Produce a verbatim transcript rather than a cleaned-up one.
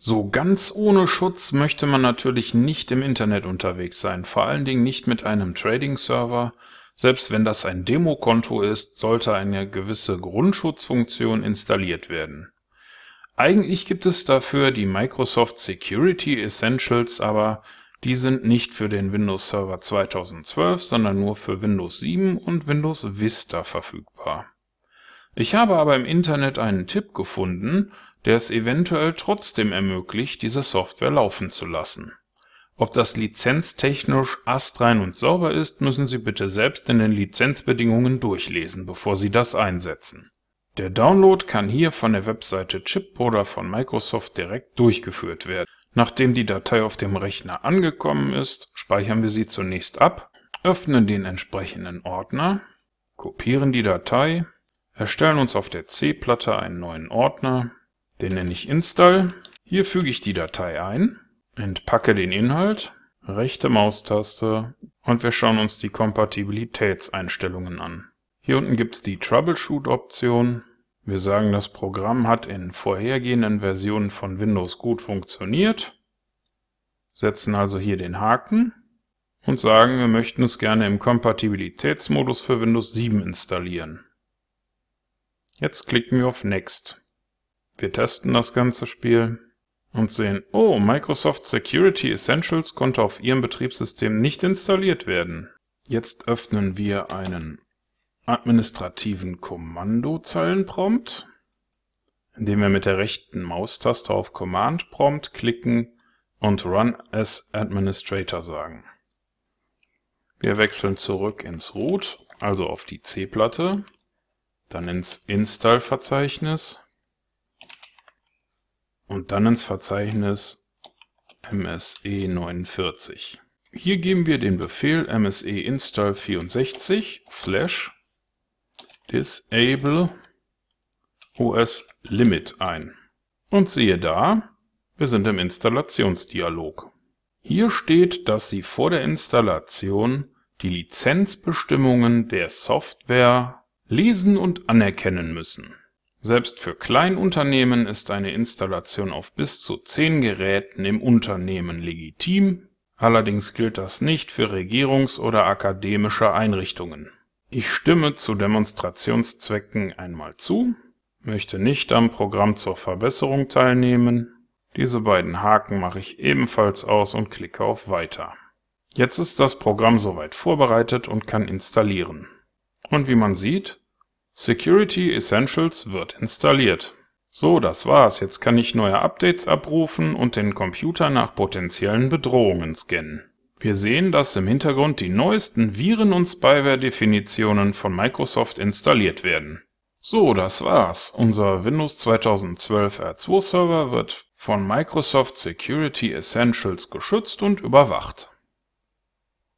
So ganz ohne Schutz möchte man natürlich nicht im Internet unterwegs sein, vor allen Dingen nicht mit einem Trading-Server. Selbst wenn das ein Demokonto ist, sollte eine gewisse Grundschutzfunktion installiert werden. Eigentlich gibt es dafür die Microsoft Security Essentials, aber die sind nicht für den Windows Server zweitausendzwölf, sondern nur für Windows sieben und Windows Vista verfügbar. Ich habe aber im Internet einen Tipp gefunden, der es eventuell trotzdem ermöglicht, diese Software laufen zu lassen. Ob das lizenztechnisch astrein und sauber ist, müssen Sie bitte selbst in den Lizenzbedingungen durchlesen, bevor Sie das einsetzen. Der Download kann hier von der Webseite Chip oder von Microsoft direkt durchgeführt werden. Nachdem die Datei auf dem Rechner angekommen ist, speichern wir sie zunächst ab, öffnen den entsprechenden Ordner, kopieren die Datei, erstellen uns auf der C-Platte einen neuen Ordner, den nenne ich Install. Hier füge ich die Datei ein, entpacke den Inhalt, rechte Maustaste und wir schauen uns die Kompatibilitätseinstellungen an. Hier unten gibt es die Troubleshoot-Option. Wir sagen, das Programm hat in vorhergehenden Versionen von Windows gut funktioniert, setzen also hier den Haken und sagen, wir möchten es gerne im Kompatibilitätsmodus für Windows sieben installieren. Jetzt klicken wir auf Next. Wir testen das ganze Spiel und sehen, oh, Microsoft Security Essentials konnte auf Ihrem Betriebssystem nicht installiert werden. Jetzt öffnen wir einen administrativen Kommandozeilenprompt, indem wir mit der rechten Maustaste auf Command Prompt klicken und Run as Administrator sagen. Wir wechseln zurück ins Root, also auf die C-Platte, dann ins Install-Verzeichnis und dann ins Verzeichnis M S E neunundvierzig. Hier geben wir den Befehl M S E install vierundsechzig slash disable O S limit ein. Und siehe da, wir sind im Installationsdialog. Hier steht, dass Sie vor der Installation die Lizenzbestimmungen der Software lesen und anerkennen müssen. Selbst für Kleinunternehmen ist eine Installation auf bis zu zehn Geräten im Unternehmen legitim. Allerdings gilt das nicht für Regierungs- oder akademische Einrichtungen. Ich stimme zu Demonstrationszwecken einmal zu, möchte nicht am Programm zur Verbesserung teilnehmen. Diese beiden Haken mache ich ebenfalls aus und klicke auf Weiter. Jetzt ist das Programm soweit vorbereitet und kann installieren. Und wie man sieht, Security Essentials wird installiert. So, das war's. Jetzt kann ich neue Updates abrufen und den Computer nach potenziellen Bedrohungen scannen. Wir sehen, dass im Hintergrund die neuesten Viren- und Spyware-Definitionen von Microsoft installiert werden. So, das war's. Unser Windows zweitausendzwölf R zwei Server wird von Microsoft Security Essentials geschützt und überwacht.